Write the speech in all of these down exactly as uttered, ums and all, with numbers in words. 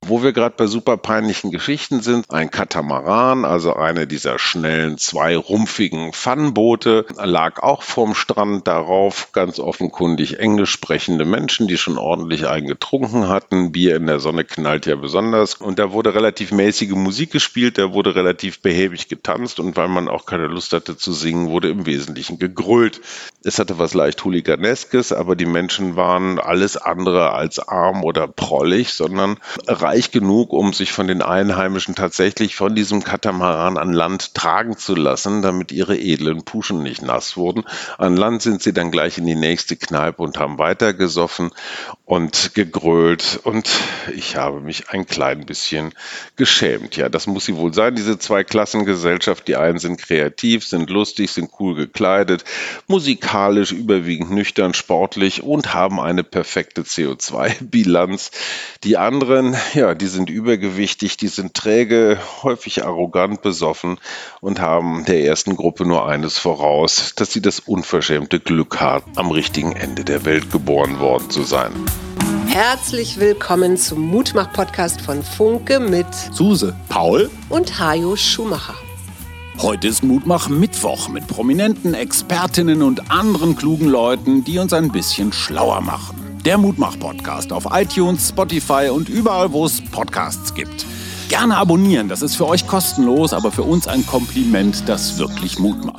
Wo wir gerade bei super peinlichen Geschichten sind, ein Katamaran, also eine dieser schnellen, zweirumpfigen Pfannenboote, lag auch vorm Strand, darauf ganz offenkundig englisch sprechende Menschen, die schon ordentlich eingetrunken hatten. Bier in der Sonne knallt ja besonders. Und da wurde relativ mäßige Musik gespielt, da wurde relativ behäbig getanzt und weil man auch keine Lust hatte zu singen, wurde im Wesentlichen gegrölt. Es hatte was leicht Hooliganeskes, aber die Menschen waren alles andere als arm oder prollig, sondern reich genug, um sich von den Einheimischen tatsächlich von diesem Katamaran an Land tragen zu lassen, damit ihre edlen Puschen nicht nass wurden. An Land sind sie dann gleich in die nächste Kneipe und haben weitergesoffen und gegrölt und ich habe mich ein klein bisschen geschämt. Ja, das muss sie wohl sein, diese Zweiklassengesellschaft. Die einen sind kreativ, sind lustig, sind cool gekleidet, musikalisch überwiegend nüchtern, sportlich und haben eine perfekte C O zwei Bilanz. Die anderen, ja, die sind übergewichtig, die sind träge, häufig arrogant, besoffen und haben der ersten Gruppe nur eines voraus, dass sie das unverschämte Glück haben, am richtigen Ende der Welt geboren worden zu sein. Herzlich willkommen zum Mutmach-Podcast von Funke mit Suse, Paul und Hajo Schumacher. Heute ist Mutmach-Mittwoch mit prominenten Expertinnen und anderen klugen Leuten, die uns ein bisschen schlauer machen. Der Mutmach-Podcast auf iTunes, Spotify und überall, wo es Podcasts gibt. Gerne abonnieren, das ist für euch kostenlos, aber für uns ein Kompliment, das wirklich Mut macht.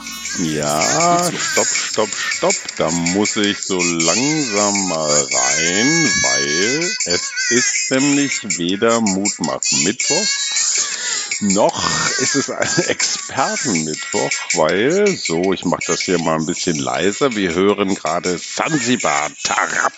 Ja, stopp, stopp, stopp, da muss ich so langsam mal rein, weil es ist nämlich weder Mutmach-Mittwoch, noch ist es ein Expertenmittwoch, weil, so, ich mache das hier mal ein bisschen leiser, wir hören gerade Sansibar Tarab.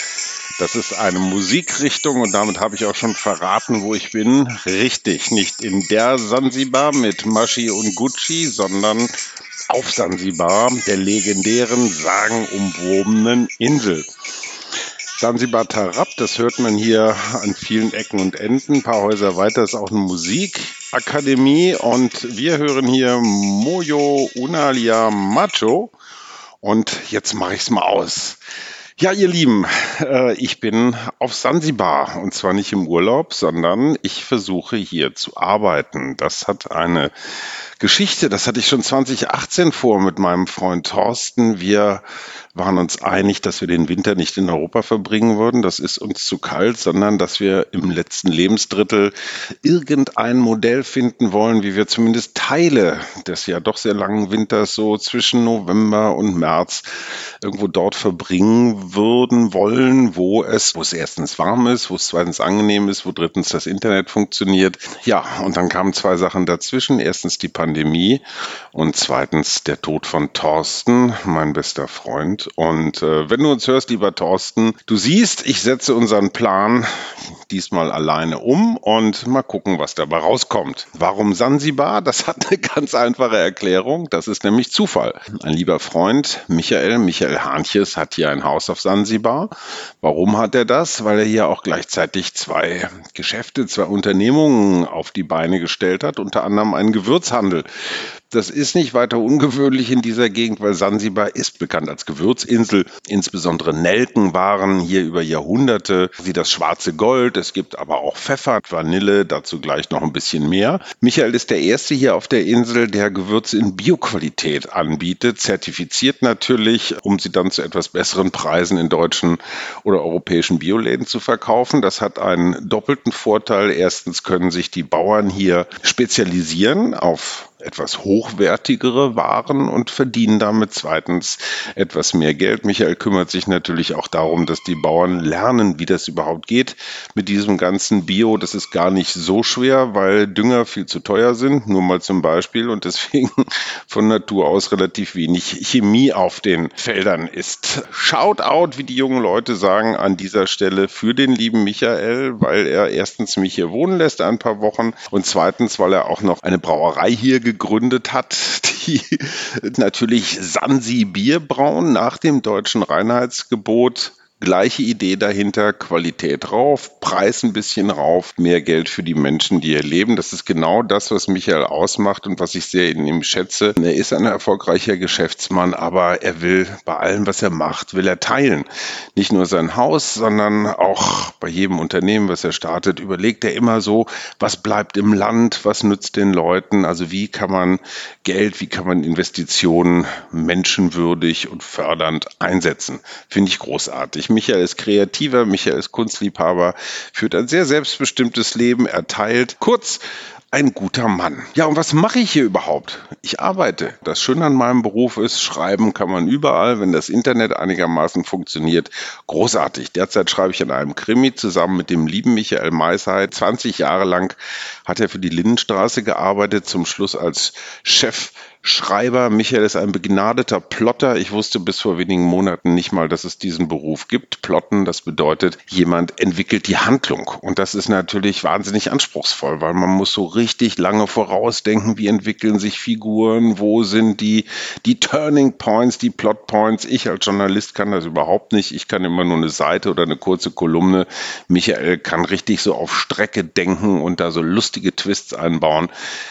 Das ist eine Musikrichtung und damit habe ich auch schon verraten, wo ich bin. Richtig, nicht in der Sansibar mit Maschi und Gucci, sondern auf Sansibar, der legendären, sagenumwobenen Insel. Sansibar Tarab, das hört man hier an vielen Ecken und Enden. Ein paar Häuser weiter ist auch eine Musikakademie und wir hören hier Moyo Unalia Macho und jetzt mache ich es mal aus. Ja, ihr Lieben, äh, ich bin auf Sansibar und zwar nicht im Urlaub, sondern ich versuche hier zu arbeiten. Das hat eine Geschichte, das hatte ich schon zwanzig achtzehn vor mit meinem Freund Thorsten. Wir waren uns einig, dass wir den Winter nicht in Europa verbringen würden. Das ist uns zu kalt, sondern dass wir im letzten Lebensdrittel irgendein Modell finden wollen, wie wir zumindest Teile des ja doch sehr langen Winters so zwischen November und März irgendwo dort verbringen würden wollen, wo es, wo es erstens warm ist, wo es zweitens angenehm ist, wo drittens das Internet funktioniert. Ja, und dann kamen zwei Sachen dazwischen. Erstens die Pandemie und zweitens der Tod von Thorsten, mein bester Freund. Und äh, wenn du uns hörst, lieber Thorsten, du siehst, ich setze unseren Plan diesmal alleine um und mal gucken, was dabei rauskommt. Warum Sansibar? Das hat eine ganz einfache Erklärung. Das ist nämlich Zufall. Ein lieber Freund, Michael, Michael Hahnches, hat hier ein Haus auf Sansibar. Warum hat er das? Weil er hier auch gleichzeitig zwei Geschäfte, zwei Unternehmungen auf die Beine gestellt hat, unter anderem einen Gewürzhandel. Das ist nicht weiter ungewöhnlich in dieser Gegend, weil Sansibar ist bekannt als Gewürzinsel. Insbesondere Nelken waren hier über Jahrhunderte wie das schwarze Gold. Es gibt aber auch Pfeffer, Vanille, dazu gleich noch ein bisschen mehr. Michael ist der Erste hier auf der Insel, der Gewürze in Bioqualität anbietet, zertifiziert natürlich, um sie dann zu etwas besseren Preisen in deutschen oder europäischen Bioläden zu verkaufen. Das hat einen doppelten Vorteil. Erstens können sich die Bauern hier spezialisieren auf etwas hochwertigere Waren und verdienen damit zweitens etwas mehr Geld. Michael kümmert sich natürlich auch darum, dass die Bauern lernen, wie das überhaupt geht mit diesem ganzen Bio. Das ist gar nicht so schwer, weil Dünger viel zu teuer sind, nur mal zum Beispiel, und deswegen von Natur aus relativ wenig Chemie auf den Feldern ist. Shoutout, wie die jungen Leute sagen, an dieser Stelle für den lieben Michael, weil er erstens mich hier wohnen lässt ein paar Wochen und zweitens, weil er auch noch eine Brauerei hier gegründet hat, die natürlich Sansi Bier brauen nach dem deutschen Reinheitsgebot Gleiche Idee dahinter, Qualität rauf, Preis ein bisschen rauf, mehr Geld für die Menschen, die hier leben. Das ist genau das, was Michael ausmacht und was ich sehr in ihm schätze. Er ist ein erfolgreicher Geschäftsmann, aber er will bei allem, was er macht, will er teilen. Nicht nur sein Haus, sondern auch bei jedem Unternehmen, was er startet, überlegt er immer so, was bleibt im Land, was nützt den Leuten, also wie kann man Geld, wie kann man Investitionen menschenwürdig und fördernd einsetzen. Finde ich großartig. Michael ist Kreativer, Michael ist Kunstliebhaber, führt ein sehr selbstbestimmtes Leben, er teilt. Kurz, ein guter Mann. Ja, und was mache ich hier überhaupt? Ich arbeite. Das Schöne an meinem Beruf ist, schreiben kann man überall, wenn das Internet einigermaßen funktioniert. Großartig. Derzeit schreibe ich an einem Krimi zusammen mit dem lieben Michael Maisheit. zwanzig Jahre lang hat er für die Lindenstraße gearbeitet, zum Schluss als Chef Schreiber. Michael ist ein begnadeter Plotter. Ich wusste bis vor wenigen Monaten nicht mal, dass es diesen Beruf gibt. Plotten, das bedeutet, jemand entwickelt die Handlung. Und das ist natürlich wahnsinnig anspruchsvoll, weil man muss so richtig lange vorausdenken, wie entwickeln sich Figuren, wo sind die, die Turning Points, die Plot Points. Ich als Journalist kann das überhaupt nicht. Ich kann immer nur eine Seite oder eine kurze Kolumne. Michael kann richtig so auf Strecke denken und da so lustige Twists einbauen.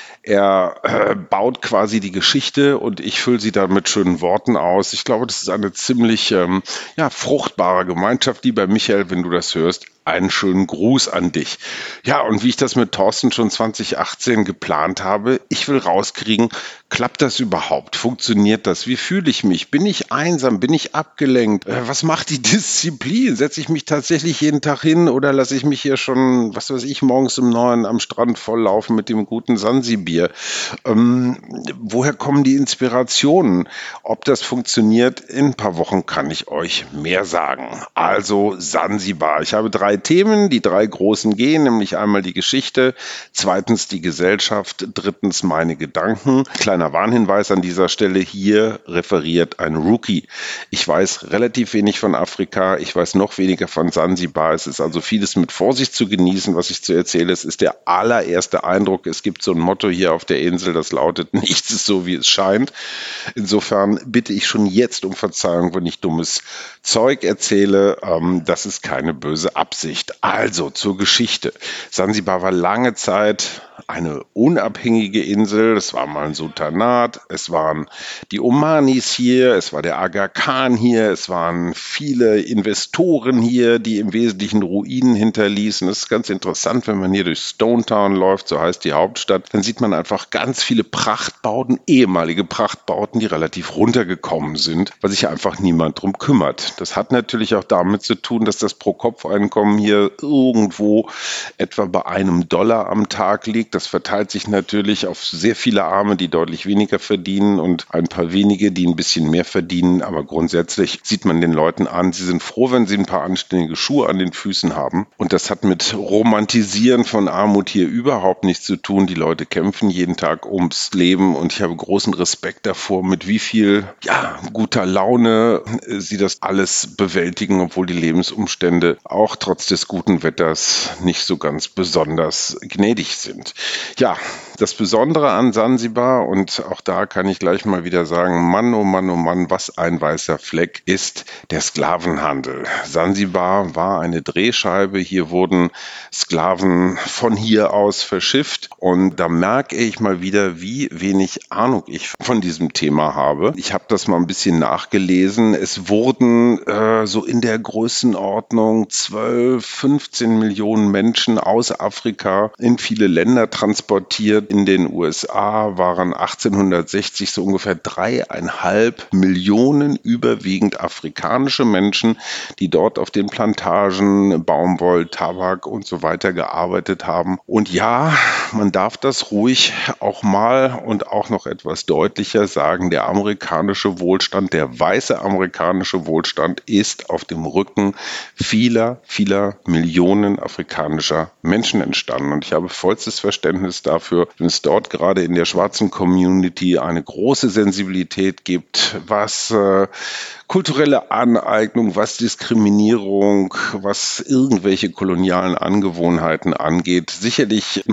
Er äh, baut quasi die Geschichte und ich fülle sie dann mit schönen Worten aus. Ich glaube, das ist eine ziemlich ähm, ja, fruchtbare Gemeinschaft, lieber Michael, wenn du das hörst. Einen schönen Gruß an dich. Ja, und wie ich das mit Thorsten schon zwanzig achtzehn geplant habe, ich will rauskriegen, klappt das überhaupt? Funktioniert das? Wie fühle ich mich? Bin ich einsam? Bin ich abgelenkt? Äh, was macht die Disziplin? Setze ich mich tatsächlich jeden Tag hin oder lasse ich mich hier schon, was weiß ich, morgens um neun am Strand volllaufen mit dem guten Sansibier? Ähm, woher kommen die Inspirationen? Ob das funktioniert, in ein paar Wochen kann ich euch mehr sagen. Also Sansibar. Ich habe drei Themen, die drei großen gehen, nämlich einmal die Geschichte, zweitens die Gesellschaft, drittens meine Gedanken. Kleiner Warnhinweis an dieser Stelle, hier referiert ein Rookie. Ich weiß relativ wenig von Afrika, ich weiß noch weniger von Sansibar. Es ist also vieles mit Vorsicht zu genießen, was ich zu erzähle. Es ist der allererste Eindruck. Es gibt so ein Motto hier auf der Insel, das lautet, nichts ist so, wie es scheint. Insofern bitte ich schon jetzt um Verzeihung, wenn ich dummes Zeug erzähle. Ähm, das ist keine böse Absicht. Also zur Geschichte. Sansibar war lange Zeit eine unabhängige Insel. Es war mal ein Sultanat. Es waren die Omanis hier. Es war der Aga Khan hier. Es waren viele Investoren hier, die im Wesentlichen Ruinen hinterließen. Das ist ganz interessant, wenn man hier durch Stone Town läuft, so heißt die Hauptstadt, dann sieht man einfach ganz viele Prachtbauten, ehemalige Prachtbauten, die relativ runtergekommen sind, weil sich einfach niemand drum kümmert. Das hat natürlich auch damit zu tun, dass das Pro-Kopf-Einkommen hier irgendwo etwa bei einem Dollar am Tag liegt. Das verteilt sich natürlich auf sehr viele Arme, die deutlich weniger verdienen und ein paar wenige, die ein bisschen mehr verdienen. Aber grundsätzlich sieht man den Leuten an, sie sind froh, wenn sie ein paar anständige Schuhe an den Füßen haben. Und das hat mit Romantisieren von Armut hier überhaupt nichts zu tun. Die Leute kämpfen jeden Tag ums Leben und ich habe großen Respekt davor, mit wie viel ja, guter Laune sie das alles bewältigen, obwohl die Lebensumstände auch trotz des guten Wetters nicht so ganz besonders gnädig sind. Ja, das Besondere an Sansibar, und auch da kann ich gleich mal wieder sagen, Mann, oh Mann, oh Mann, was ein weißer Fleck, ist der Sklavenhandel. Sansibar war eine Drehscheibe, hier wurden Sklaven von hier aus verschifft und da merke ich mal wieder, wie wenig Ahnung ich von diesem Thema habe. Ich habe das mal ein bisschen nachgelesen. Es wurden äh, so in der Größenordnung zwölf, fünfzehn Millionen Menschen aus Afrika in viele Länder transportiert. In den U S A waren achtzehnhundertsechzig so ungefähr dreieinhalb Millionen überwiegend afrikanische Menschen, die dort auf den Plantagen Baumwoll, Tabak und so weiter gearbeitet haben. Und ja, man darf das ruhig auch mal und auch noch etwas deutlicher sagen, der amerikanische Wohlstand, der weiße amerikanische Wohlstand ist auf dem Rücken vieler, vieler Millionen afrikanischer Menschen entstanden. Und ich habe vollstes Verständnis dafür, wenn es dort gerade in der schwarzen Community eine große Sensibilität gibt, was äh, kulturelle Aneignung, was Diskriminierung, was irgendwelche kolonialen Angewohnheiten angeht. Sicherlich, manchmal wird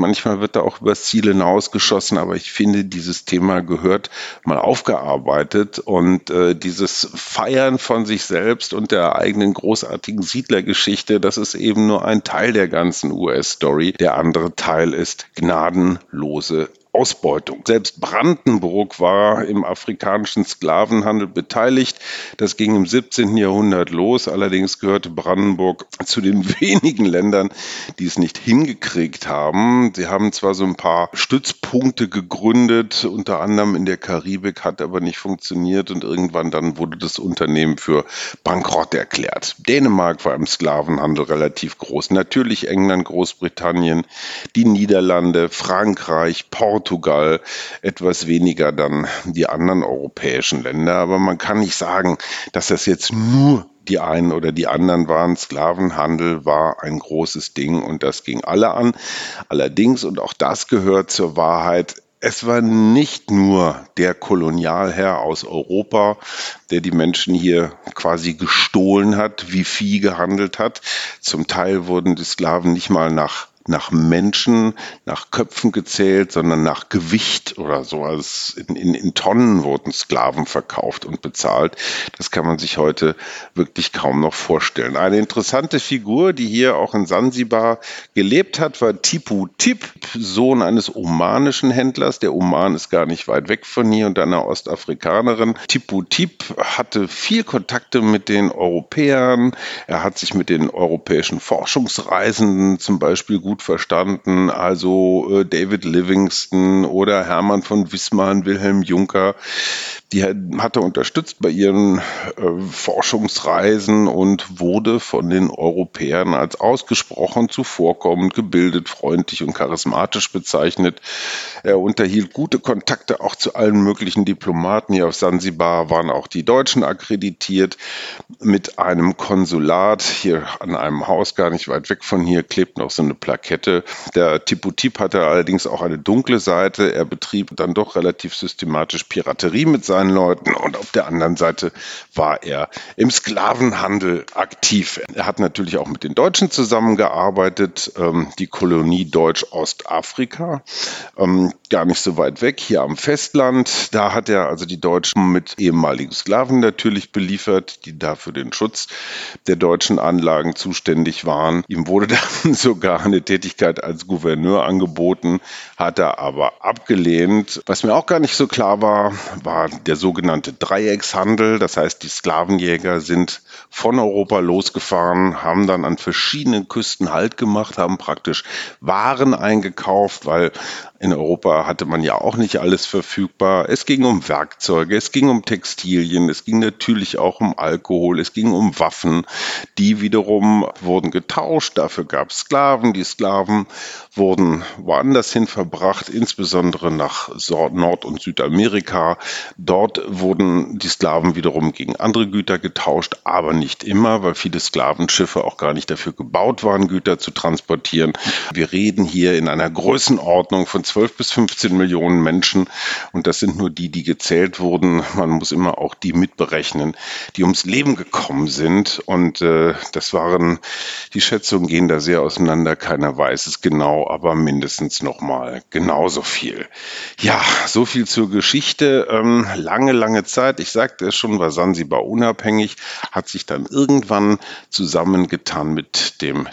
wird da auch übers Ziel hinausgeschossen, aber ich finde, dieses Thema gehört mal aufgearbeitet und äh, dieses Feiern von sich selbst und der eigenen großartigen Siedlergeschichte, das ist eben nur ein Teil der ganzen U S-Story. Der andere Teil ist gnadenlose Ausbeutung. Selbst Brandenburg war im afrikanischen Sklavenhandel beteiligt. Das ging im siebzehnten Jahrhundert los. Allerdings gehörte Brandenburg zu den wenigen Ländern, die es nicht hingekriegt haben. Sie haben zwar so ein paar Stützpunkte gegründet, unter anderem in der Karibik, hat aber nicht funktioniert und irgendwann dann wurde das Unternehmen für bankrott erklärt. Dänemark war im Sklavenhandel relativ groß. Natürlich England, Großbritannien, die Niederlande, Frankreich, Portugal, Portugal, etwas weniger dann die anderen europäischen Länder. Aber man kann nicht sagen, dass das jetzt nur die einen oder die anderen waren. Sklavenhandel war ein großes Ding und das ging alle an. Allerdings, und auch das gehört zur Wahrheit, es war nicht nur der Kolonialherr aus Europa, der die Menschen hier quasi gestohlen hat, wie Vieh gehandelt hat. Zum Teil wurden die Sklaven nicht mal nach nach Menschen, nach Köpfen gezählt, sondern nach Gewicht oder so. Also in, in, in Tonnen wurden Sklaven verkauft und bezahlt. Das kann man sich heute wirklich kaum noch vorstellen. Eine interessante Figur, die hier auch in Sansibar gelebt hat, war Tipu Tip, Sohn eines omanischen Händlers. Der Oman ist gar nicht weit weg von hier und einer Ostafrikanerin. Tipu Tip hatte viel Kontakte mit den Europäern. Er hat sich mit den europäischen Forschungsreisenden zum Beispiel gut verstanden, also äh, David Livingstone oder Hermann von Wismar, Wilhelm Juncker, die hat er unterstützt bei ihren äh, Forschungsreisen und wurde von den Europäern als ausgesprochen zuvorkommend, gebildet, freundlich und charismatisch bezeichnet. Er unterhielt gute Kontakte auch zu allen möglichen Diplomaten. Hier auf Sansibar waren auch die Deutschen akkreditiert mit einem Konsulat. Hier an einem Haus gar nicht weit weg von hier klebt noch so eine Plakette. Der Tipu Tip hatte allerdings auch eine dunkle Seite. Er betrieb dann doch relativ systematisch Piraterie mit seinen Leuten und auf der anderen Seite war er im Sklavenhandel aktiv. Er hat natürlich auch mit den Deutschen zusammengearbeitet, ähm, die Kolonie Deutsch-Ostafrika, ähm, gar nicht so weit weg, hier am Festland. Da hat er also die Deutschen mit ehemaligen Sklaven natürlich beliefert, die da für den Schutz der deutschen Anlagen zuständig waren. Ihm wurde dann sogar eine Tätigkeit als Gouverneur angeboten, hat er aber abgelehnt. Was mir auch gar nicht so klar war, war der sogenannte Dreieckshandel. Das heißt, die Sklavenjäger sind von Europa losgefahren, haben dann an verschiedenen Küsten Halt gemacht, haben praktisch Waren eingekauft, weil in Europa hatte man ja auch nicht alles verfügbar. Es ging um Werkzeuge, es ging um Textilien, es ging natürlich auch um Alkohol, es ging um Waffen. Die wiederum wurden getauscht, dafür gab es Sklaven. Die Sklaven wurden woanders hin verbracht, insbesondere nach Nord- und Südamerika. Dort wurden die Sklaven wiederum gegen andere Güter getauscht, aber nicht immer, weil viele Sklavenschiffe auch gar nicht dafür gebaut waren, Güter zu transportieren. Wir reden hier in einer Größenordnung von zwölf bis fünfzehn Millionen Menschen und das sind nur die, die gezählt wurden. Man muss immer auch die mitberechnen, die ums Leben gekommen sind und äh, das waren, die Schätzungen gehen da sehr auseinander, keiner weiß es genau, aber mindestens nochmal genauso viel. Ja, so viel zur Geschichte. Ähm, lange, lange Zeit, ich sagte es schon, war Sansibar unabhängig, hat sich dann irgendwann zusammengetan mit dem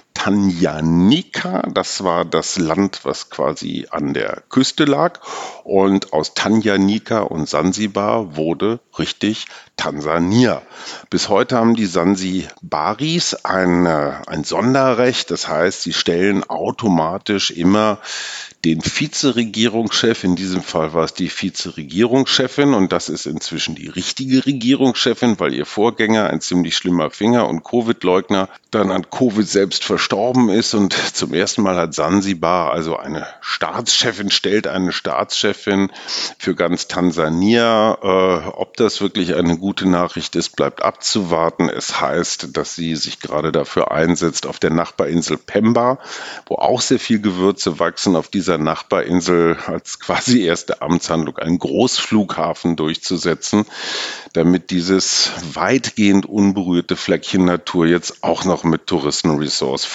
Tanganyika. Das war das Land, was quasi an der Küste lag. Und aus Tanganyika und Sansibar wurde richtig Tansania. Bis heute haben die Sansibaris ein, ein Sonderrecht. Das heißt, sie stellen automatisch immer den Vizeregierungschef, in diesem Fall war es die Vizeregierungschefin und das ist inzwischen die richtige Regierungschefin, weil ihr Vorgänger, ein ziemlich schlimmer Finger und Covid-Leugner, dann an Covid selbst verstorben ist und zum ersten Mal hat Sansibar also eine Staatschefin, stellt eine Staatschefin für ganz Tansania. Äh, ob das wirklich eine gute Nachricht ist, bleibt abzuwarten. Es heißt, dass sie sich gerade dafür einsetzt, auf der Nachbarinsel Pemba, wo auch sehr viel Gewürze wachsen, auf dieser Nachbarinsel als quasi erste Amtshandlung einen Großflughafen durchzusetzen, damit dieses weitgehend unberührte Fleckchen Natur jetzt auch noch mit Touristenresorts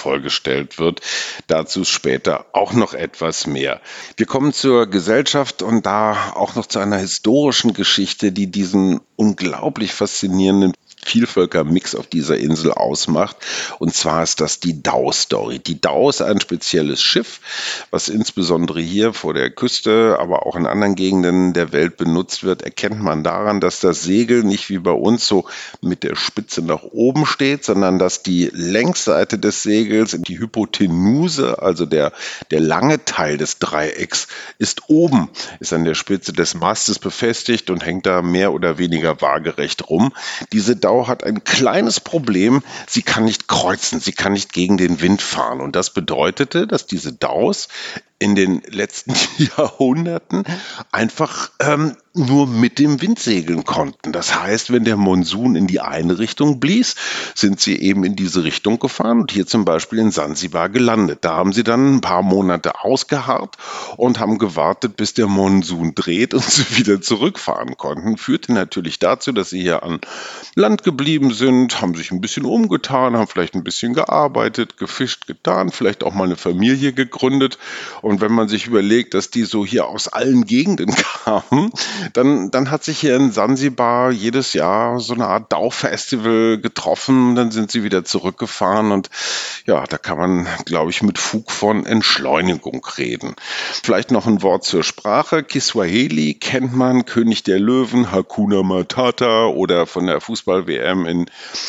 vorgestellt wird. Dazu später auch noch etwas mehr. Wir kommen zur Gesellschaft und da auch noch zu einer historischen Geschichte, die diesen unglaublich faszinierenden Vielvölker-Mix auf dieser Insel ausmacht. Und zwar ist das die Dhow-Story. Die Dhow ist ein spezielles Schiff, was insbesondere hier vor der Küste, aber auch in anderen Gegenden der Welt benutzt wird. Erkennt man daran, dass das Segel nicht wie bei uns so mit der Spitze nach oben steht, sondern dass die Längsseite des Segels, die Hypotenuse, also der, der lange Teil des Dreiecks, ist oben, ist an der Spitze des Mastes befestigt und hängt da mehr oder weniger waagerecht rum. Diese Dhow hat ein kleines Problem, sie kann nicht kreuzen, sie kann nicht gegen den Wind fahren. Und das bedeutete, dass diese Dhows in den letzten Jahrhunderten einfach ähm, nur mit dem Wind segeln konnten. Das heißt, wenn der Monsun in die eine Richtung blies, sind sie eben in diese Richtung gefahren und hier zum Beispiel in Sansibar gelandet. Da haben sie dann ein paar Monate ausgeharrt und haben gewartet, bis der Monsun dreht und sie wieder zurückfahren konnten. Führte natürlich dazu, dass sie hier an Land geblieben sind, haben sich ein bisschen umgetan, haben vielleicht ein bisschen gearbeitet, gefischt, getan, vielleicht auch mal eine Familie gegründet. Und wenn man sich überlegt, dass die so hier aus allen Gegenden kamen, dann, dann hat sich hier in Sansibar jedes Jahr so eine Art Dhow-Festival getroffen. Dann sind sie wieder zurückgefahren und ja, da kann man, glaube ich, mit Fug von Entschleunigung reden. Vielleicht noch ein Wort zur Sprache. Kiswahili kennt man, König der Löwen, Hakuna Matata oder von der Fußball-W M in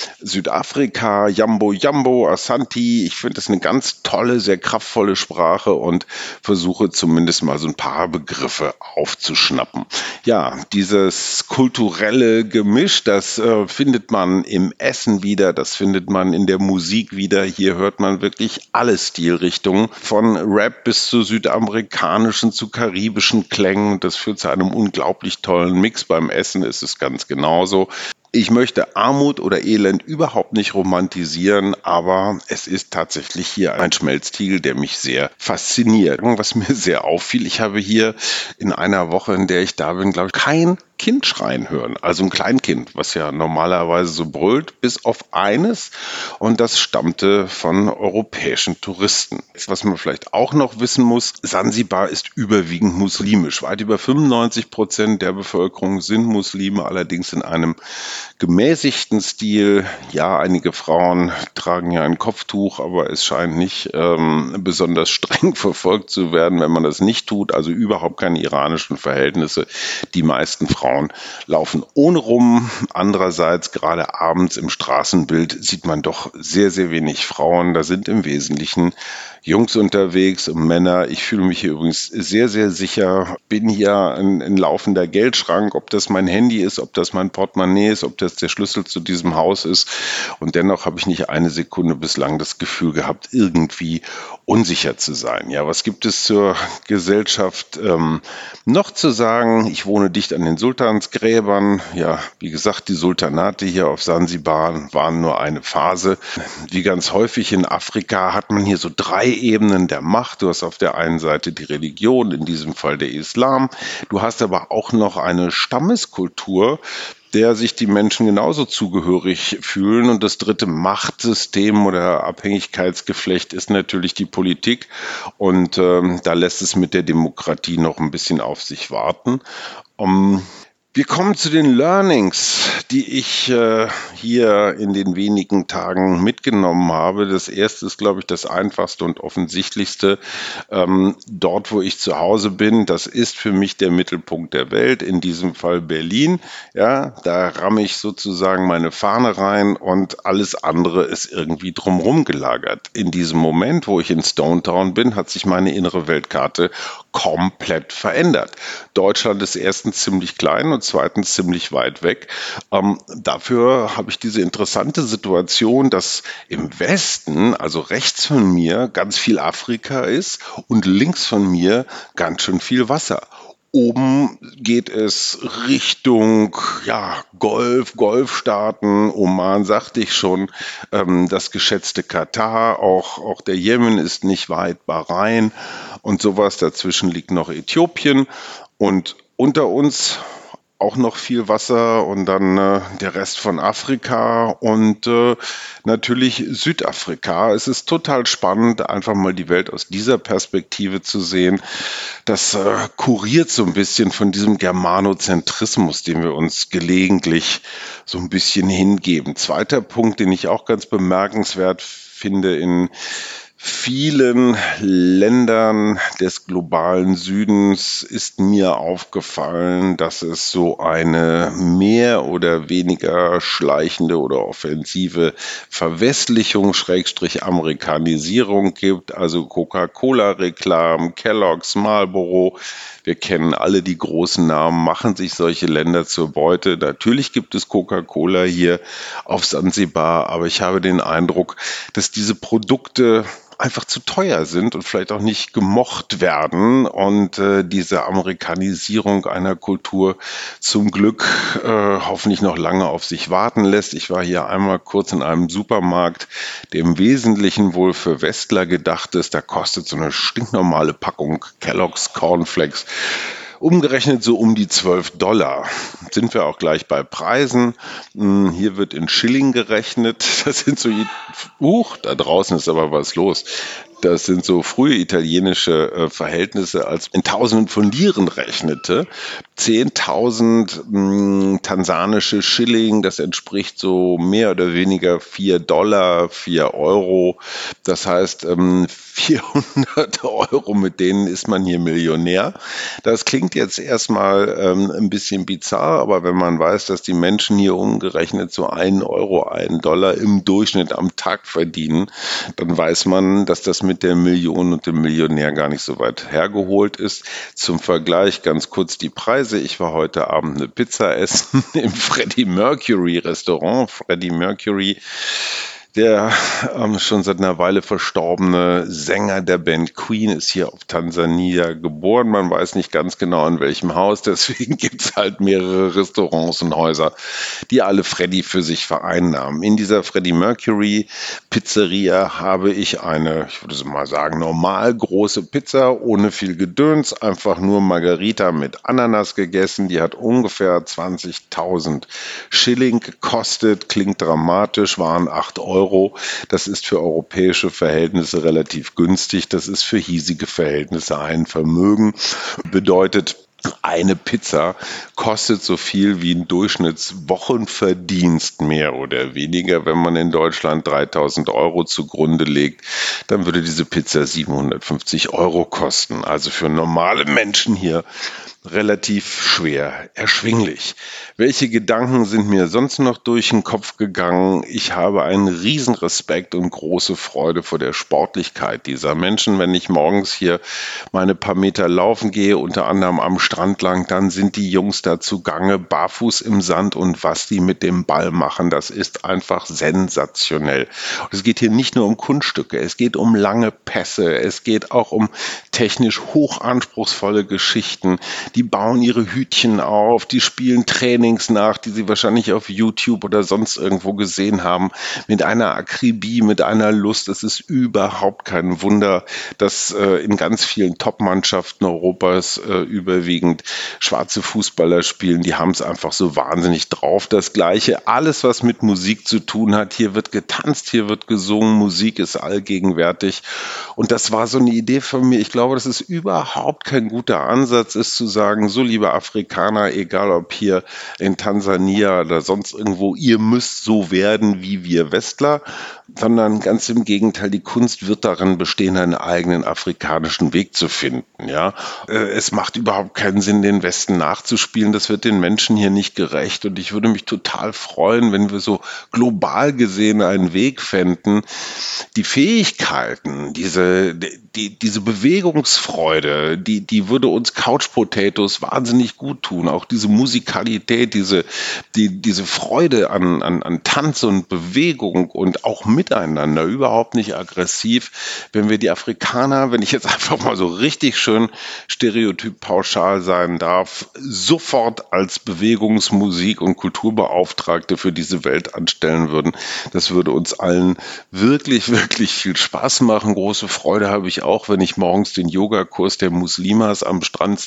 Südafrika, Jambo Jambo, Asante. Ich finde das eine ganz tolle, sehr kraftvolle Sprache und versuche zumindest mal so ein paar Begriffe aufzuschnappen. Ja, dieses kulturelle Gemisch, das äh, findet man im Essen wieder, das findet man in der Musik wieder. Hier hört man wirklich alle Stilrichtungen, von Rap bis zu südamerikanischen, zu karibischen Klängen. Das führt zu einem unglaublich tollen Mix. Beim Essen ist es ganz genauso. Ich möchte Armut oder Elend überhaupt nicht romantisieren, aber es ist tatsächlich hier ein Schmelztiegel, der mich sehr fasziniert. Was mir sehr auffiel, ich habe hier in einer Woche, in der ich da bin, glaube ich, kein Kind schreien hören, also ein Kleinkind, was ja normalerweise so brüllt, bis auf eines, und das stammte von europäischen Touristen. Was man vielleicht auch noch wissen muss, Sansibar ist überwiegend muslimisch. Weit über fünfundneunzig Prozent der Bevölkerung sind Muslime, allerdings in einem gemäßigten Stil. Ja, einige Frauen tragen ja ein Kopftuch, aber es scheint nicht ähm, besonders streng verfolgt zu werden, wenn man das nicht tut, also überhaupt keine iranischen Verhältnisse. Die meisten Frauen Frauen laufen ohne rum. Andererseits, gerade abends im Straßenbild, sieht man doch sehr, sehr wenig Frauen. Da sind im Wesentlichen Jungs unterwegs und Männer. Ich fühle mich hier übrigens sehr, sehr sicher. Bin hier ein, ein laufender Geldschrank, ob das mein Handy ist, ob das mein Portemonnaie ist, ob das der Schlüssel zu diesem Haus ist. Und dennoch habe ich nicht eine Sekunde bislang das Gefühl gehabt, irgendwie unsicher zu sein. Ja, was gibt es zur Gesellschaft ähm, noch zu sagen? Ich wohne dicht an den Sultansgräbern. Ja, wie gesagt, die Sultanate hier auf Sansibar waren nur eine Phase. Wie ganz häufig in Afrika hat man hier so drei Ebenen der Macht. Du hast auf der einen Seite die Religion, in diesem Fall der Islam. Du hast aber auch noch eine Stammeskultur, der sich die Menschen genauso zugehörig fühlen. Und das dritte Machtsystem oder Abhängigkeitsgeflecht ist natürlich die Politik. Und ähm, da lässt es mit der Demokratie noch ein bisschen auf sich warten. Um, wir kommen zu den Learnings, die ich äh, hier in den wenigen Tagen mitgenommen habe. Das erste ist, glaube ich, das einfachste und offensichtlichste. Ähm, dort, wo ich zu Hause bin, das ist für mich der Mittelpunkt der Welt, in diesem Fall Berlin. Ja, da ramme ich sozusagen meine Fahne rein und alles andere ist irgendwie drumherum gelagert. In diesem Moment, wo ich in Stone Town bin, hat sich meine innere Weltkarte komplett verändert. Deutschland ist erstens ziemlich klein und zweitens ziemlich weit weg. Ähm, dafür habe ich diese interessante Situation, dass im Westen, also rechts von mir, ganz viel Afrika ist und links von mir ganz schön viel Wasser. Oben geht es Richtung ja, Golf, Golfstaaten, Oman sagte ich schon, ähm, das geschätzte Katar, auch, auch der Jemen ist nicht weit, Bahrain und sowas. Dazwischen liegt noch Äthiopien und unter uns auch noch viel Wasser und dann äh, der Rest von Afrika und äh, natürlich Südafrika. Es ist total spannend, einfach mal die Welt aus dieser Perspektive zu sehen. Das äh, kuriert so ein bisschen von diesem Germanozentrismus, den wir uns gelegentlich so ein bisschen hingeben. Zweiter Punkt, den ich auch ganz bemerkenswert finde: In vielen Ländern des globalen Südens ist mir aufgefallen, dass es so eine mehr oder weniger schleichende oder offensive Verwestlichung, Schrägstrich Amerikanisierung gibt. Also Coca-Cola-Reklamen, Kellogg's, Marlboro. Wir kennen alle die großen Namen, machen sich solche Länder zur Beute. Natürlich gibt es Coca-Cola hier auf Sansibar, aber ich habe den Eindruck, dass diese Produkte einfach zu teuer sind und vielleicht auch nicht gemocht werden und äh, diese Amerikanisierung einer Kultur zum Glück äh, hoffentlich noch lange auf sich warten lässt. Ich war hier einmal kurz in einem Supermarkt, der im Wesentlichen wohl für Westler gedacht ist. Da kostet so eine stinknormale Packung Kellogg's Cornflakes umgerechnet so um die zwölf Dollar. Sind wir auch gleich bei Preisen. Hier wird in Schilling gerechnet. Das sind so, uh, da draußen ist aber was los. Das sind so frühe italienische äh, Verhältnisse, als in Tausenden von Liren rechnete. zehntausend mh, tansanische Schilling, das entspricht so mehr oder weniger vier Dollar, vier Euro. Das heißt, ähm, vierhundert Euro, mit denen ist man hier Millionär. Das klingt jetzt erstmal ähm, ein bisschen bizarr, aber wenn man weiß, dass die Menschen hier umgerechnet so einen Euro, einen Dollar im Durchschnitt am Tag verdienen, dann weiß man, dass das mit der Million und dem Millionär gar nicht so weit hergeholt ist. Zum Vergleich ganz kurz die Preise. Ich war heute Abend eine Pizza essen im Freddie Mercury Restaurant. Freddie Mercury, der ähm, schon seit einer Weile verstorbene Sänger der Band Queen, ist hier auf Tansania geboren. Man weiß nicht ganz genau in welchem Haus, deswegen gibt es halt mehrere Restaurants und Häuser, die alle Freddie für sich vereinnahmen. In dieser Freddie Mercury Pizzeria habe ich eine, ich würde so mal sagen, normal große Pizza ohne viel Gedöns, einfach nur Margarita mit Ananas gegessen. Die hat ungefähr zwanzigtausend Schilling gekostet, klingt dramatisch, waren acht Euro. Das ist für europäische Verhältnisse relativ günstig. Das ist für hiesige Verhältnisse ein Vermögen. Bedeutet, eine Pizza kostet so viel wie ein Durchschnittswochenverdienst mehr oder weniger. Wenn man in Deutschland dreitausend Euro zugrunde legt, dann würde diese Pizza siebenhundertfünfzig Euro kosten. Also für normale Menschen hier relativ schwer erschwinglich. Welche Gedanken sind mir sonst noch durch den Kopf gegangen? Ich habe einen riesen Respekt und große Freude vor der Sportlichkeit dieser Menschen. Wenn ich morgens hier meine paar Meter laufen gehe, unter anderem am Strand lang, dann sind die Jungs da zugange, barfuß im Sand, und was die mit dem Ball machen, das ist einfach sensationell. Und es geht hier nicht nur um Kunststücke, es geht um lange Pässe, es geht auch um technisch hochanspruchsvolle Geschichten. Die bauen ihre Hütchen auf, die spielen Trainings nach, die sie wahrscheinlich auf YouTube oder sonst irgendwo gesehen haben, mit einer Akribie, mit einer Lust. Es ist überhaupt kein Wunder, dass äh, in ganz vielen Top-Mannschaften Europas äh, überwiegend schwarze Fußballer spielen. Die haben es einfach so wahnsinnig drauf. Das Gleiche, alles, was mit Musik zu tun hat. Hier wird getanzt, hier wird gesungen, Musik ist allgegenwärtig. Und das war so eine Idee von mir. Ich glaube, dass es überhaupt kein guter Ansatz ist, zu sagen, so, liebe Afrikaner, egal ob hier in Tansania oder sonst irgendwo, ihr müsst so werden wie wir Westler, sondern ganz im Gegenteil, die Kunst wird darin bestehen, einen eigenen afrikanischen Weg zu finden. Ja, es macht überhaupt keinen Sinn, den Westen nachzuspielen. Das wird den Menschen hier nicht gerecht. Und ich würde mich total freuen, wenn wir so global gesehen einen Weg fänden, die Fähigkeiten, diese, die, diese Bewegungsfreude, die, die würde uns Couch Potatoes wahnsinnig gut tun. Auch diese Musikalität, diese, die, diese Freude an, an, an Tanz und Bewegung und auch miteinander, überhaupt nicht aggressiv. Wenn wir die Afrikaner, wenn ich jetzt einfach mal so richtig schön stereotyp pauschal sein darf, sofort als Bewegungsmusik- und Kulturbeauftragte für diese Welt anstellen würden, das würde uns allen wirklich, wirklich viel Spaß machen. Große Freude habe ich auch, wenn ich morgens den Yogakurs der Muslimas am Strand sehe, die sich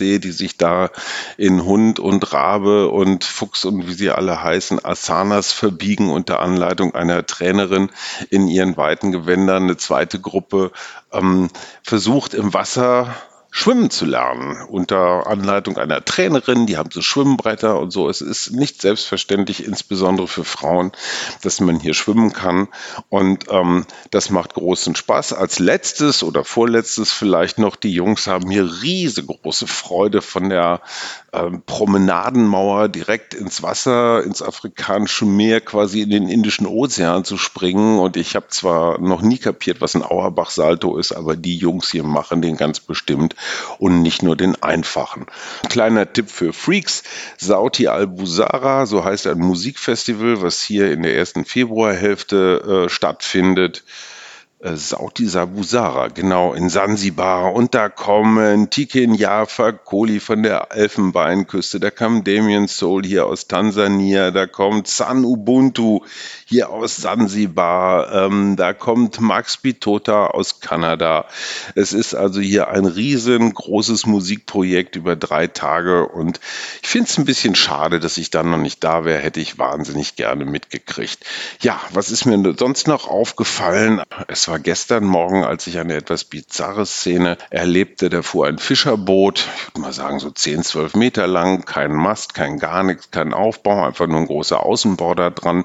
sich da in Hund und Rabe und Fuchs und wie sie alle heißen, Asanas verbiegen unter Anleitung einer Trainerin in ihren weiten Gewändern. Eine zweite Gruppe ähm, versucht im Wasser schwimmen zu lernen, unter Anleitung einer Trainerin, die haben so Schwimmbretter und so. Es ist nicht selbstverständlich, insbesondere für Frauen, dass man hier schwimmen kann und ähm, das macht großen Spaß. Als letztes oder vorletztes vielleicht noch, die Jungs haben hier riesengroße Freude von der ähm, Promenadenmauer direkt ins Wasser, ins afrikanische Meer, quasi in den Indischen Ozean zu springen und ich habe zwar noch nie kapiert, was ein Auerbach-Salto ist, aber die Jungs hier machen den ganz bestimmt und nicht nur den einfachen. Kleiner Tipp für Freaks, Sauti al-Busara, so heißt ein Musikfestival, was hier in der ersten Februarhälfte äh, stattfindet. Äh, Sauti al-Busara, genau, in Sansibar. Und da kommen Tiken Jaffa Koli von der Elfenbeinküste, da kam Damien Soul hier aus Tansania, da kommt San Ubuntu hier aus Sansibar, ähm, da kommt Max Bitota aus Kanada. Es ist also hier ein riesengroßes Musikprojekt über drei Tage und ich finde es ein bisschen schade, dass ich dann noch nicht da wäre, hätte ich wahnsinnig gerne mitgekriegt. Ja, was ist mir sonst noch aufgefallen? Es war gestern Morgen, als ich eine etwas bizarre Szene erlebte, da fuhr ein Fischerboot, ich würde mal sagen so zehn, zwölf Meter lang, kein Mast, kein gar nichts, kein Aufbau, einfach nur ein großer Außenborder dran.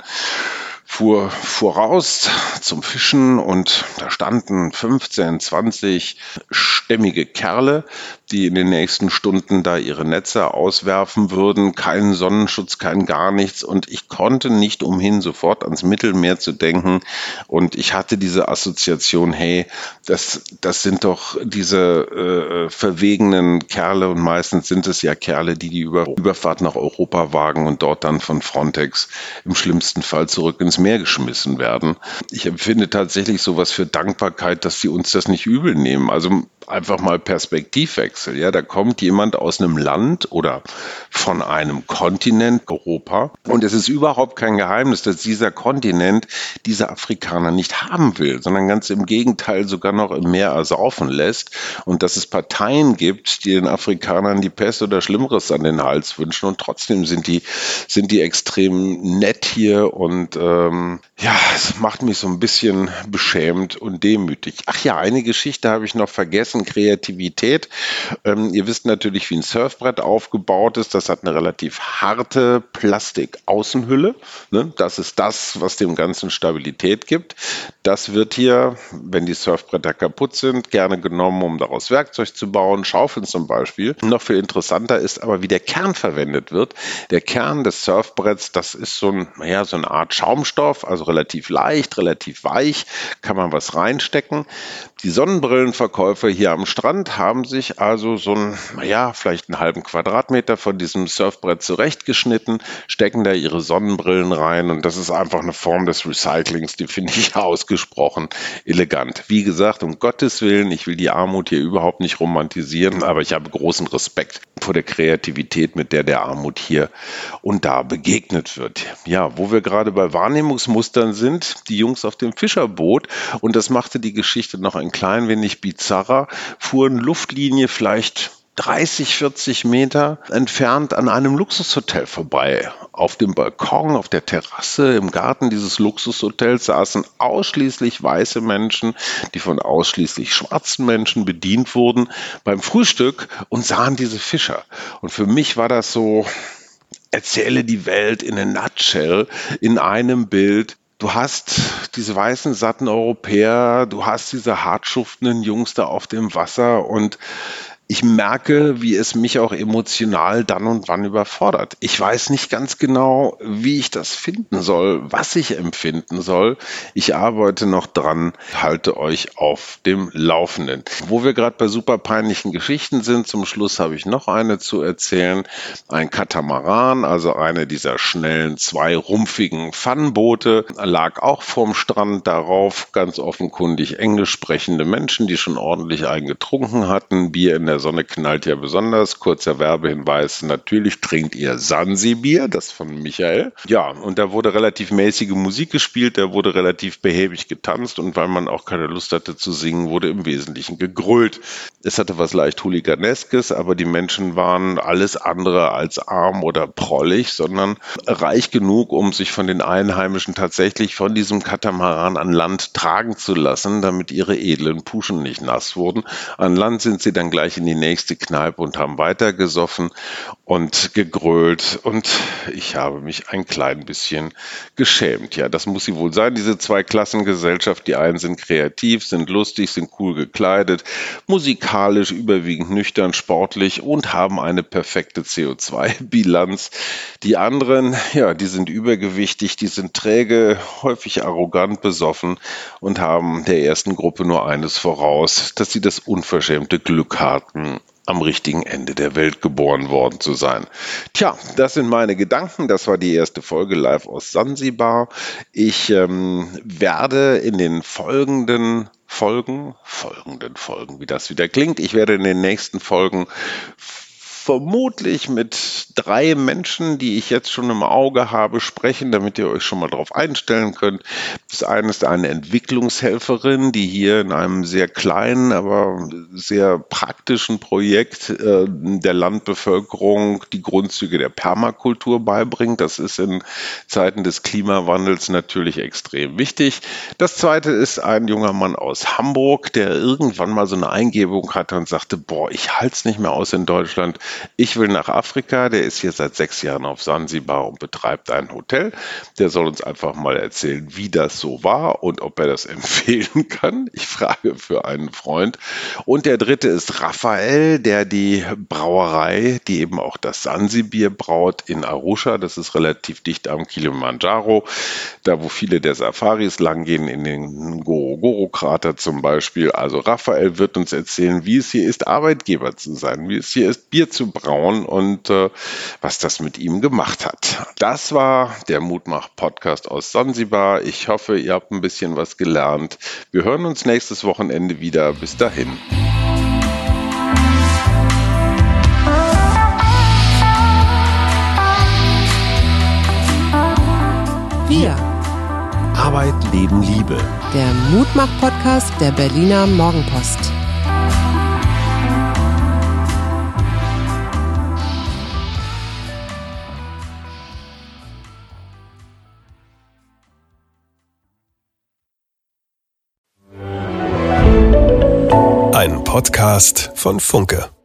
Fuhr voraus zum Fischen und da standen fünfzehn, zwanzig stämmige Kerle, die in den nächsten Stunden da ihre Netze auswerfen würden. Keinen Sonnenschutz, kein gar nichts und ich konnte nicht umhin, sofort ans Mittelmeer zu denken und ich hatte diese Assoziation, hey, das, das sind doch diese äh, verwegenen Kerle und meistens sind es ja Kerle, die die Über- Überfahrt nach Europa wagen und dort dann von Frontex im schlimmsten Fall zurück ins Meer geschmissen werden. Ich empfinde tatsächlich sowas für Dankbarkeit, dass sie uns das nicht übel nehmen. Also einfach mal Perspektivwechsel. Ja, da kommt jemand aus einem Land oder von einem Kontinent, Europa, und es ist überhaupt kein Geheimnis, dass dieser Kontinent diese Afrikaner nicht haben will, sondern ganz im Gegenteil sogar noch im Meer ersaufen lässt und dass es Parteien gibt, die den Afrikanern die Pest oder Schlimmeres an den Hals wünschen und trotzdem sind die, sind die extrem nett hier und ähm, ja, es macht mich so ein bisschen beschämt und demütig. Ach ja, eine Geschichte habe ich noch vergessen, Kreativität. Ähm, ihr wisst natürlich, wie ein Surfbrett aufgebaut ist. Das hat eine relativ harte Plastikaußenhülle. Ne? Das ist das, was dem Ganzen Stabilität gibt. Das wird hier, wenn die Surfbretter kaputt sind, gerne genommen, um daraus Werkzeug zu bauen, Schaufeln zum Beispiel. Noch viel interessanter ist aber, wie der Kern verwendet wird. Der Kern des Surfbretts, das ist so, ein, naja, so eine Art Schaumstoff, also relativ leicht, relativ weich, kann man was reinstecken. Die Sonnenbrillenverkäufer hier am Strand haben sich also so ein, naja, vielleicht einen halben Quadratmeter von diesem Surfbrett zurechtgeschnitten, stecken da ihre Sonnenbrillen rein und das ist einfach eine Form des Recyclings, die finde ich ausgesprochen elegant. Wie gesagt, um Gottes Willen, ich will die Armut hier überhaupt nicht romantisieren, aber ich habe großen Respekt vor der Kreativität, mit der der Armut hier und da begegnet wird. Ja, wo wir gerade bei Wahrnehmungsmustern sind, die Jungs auf dem Fischerboot und das machte die Geschichte noch ein klein wenig bizarrer, fuhren Luftlinie vielleicht dreißig, vierzig Meter entfernt an einem Luxushotel vorbei. Auf dem Balkon, auf der Terrasse, im Garten dieses Luxushotels saßen ausschließlich weiße Menschen, die von ausschließlich schwarzen Menschen bedient wurden beim Frühstück und sahen diese Fischer. Und für mich war das so, erzähle die Welt in a nutshell, in einem Bild. Du hast diese weißen, satten Europäer, du hast diese hartschuftenden Jungs da auf dem Wasser und ich merke, wie es mich auch emotional dann und wann überfordert. Ich weiß nicht ganz genau, wie ich das finden soll, was ich empfinden soll. Ich arbeite noch dran, halte euch auf dem Laufenden. Wo wir gerade bei super peinlichen Geschichten sind, zum Schluss habe ich noch eine zu erzählen. Ein Katamaran, also eine dieser schnellen, zweirumpfigen Pfannenboote, lag auch vorm Strand, darauf ganz offenkundig englisch sprechende Menschen, die schon ordentlich eingetrunken hatten, Bier in der Sonne knallt ja besonders. Kurzer Werbehinweis, natürlich trinkt ihr Sansibier, das von Michael. Ja, und da wurde relativ mäßige Musik gespielt, da wurde relativ behäbig getanzt und weil man auch keine Lust hatte zu singen, wurde im Wesentlichen gegrölt. Es hatte was leicht Hooliganeskes, aber die Menschen waren alles andere als arm oder prollig, sondern reich genug, um sich von den Einheimischen tatsächlich von diesem Katamaran an Land tragen zu lassen, damit ihre edlen Puschen nicht nass wurden. An Land sind sie dann gleich in die nächste Kneipe und haben weiter gesoffen und gegrölt und ich habe mich ein klein bisschen geschämt. Ja, das muss sie wohl sein, diese Zweiklassengesellschaft. Die einen sind kreativ, sind lustig, sind cool gekleidet, musikalisch überwiegend nüchtern, sportlich und haben eine perfekte C O zwei Bilanz. Die anderen, ja, die sind übergewichtig, die sind träge, häufig arrogant, besoffen und haben der ersten Gruppe nur eines voraus, dass sie das unverschämte Glück hatten, am richtigen Ende der Welt geboren worden zu sein. Tja, das sind meine Gedanken. Das war die erste Folge live aus Sansibar. Ich ähm, werde in den folgenden Folgen, folgenden Folgen, wie das wieder klingt, ich werde in den nächsten Folgen vermutlich mit drei Menschen, die ich jetzt schon im Auge habe, sprechen, damit ihr euch schon mal darauf einstellen könnt. Das eine ist eine Entwicklungshelferin, die hier in einem sehr kleinen, aber sehr praktischen Projekt äh, der Landbevölkerung die Grundzüge der Permakultur beibringt. Das ist in Zeiten des Klimawandels natürlich extrem wichtig. Das zweite ist ein junger Mann aus Hamburg, der irgendwann mal so eine Eingebung hatte und sagte, boah, ich halte es nicht mehr aus in Deutschland. Ich will nach Afrika, der ist hier seit sechs Jahren auf Sansibar und betreibt ein Hotel. Der soll uns einfach mal erzählen, wie das so war und ob er das empfehlen kann. Ich frage für einen Freund. Und der dritte ist Raphael, der die Brauerei, die eben auch das Sansibier braut, in Arusha, das ist relativ dicht am Kilimanjaro, da wo viele der Safaris langgehen, in den Ngorongoro-Krater zum Beispiel. Also Raphael wird uns erzählen, wie es hier ist, Arbeitgeber zu sein, wie es hier ist, Bier zu brauen und äh, was das mit ihm gemacht hat. Das war der Mutmach-Podcast aus Sansibar. Ich hoffe, ihr habt ein bisschen was gelernt. Wir hören uns nächstes Wochenende wieder. Bis dahin. Wir. Arbeit, Leben, Liebe. Der Mutmach-Podcast der Berliner Morgenpost. Ein Podcast von Funke.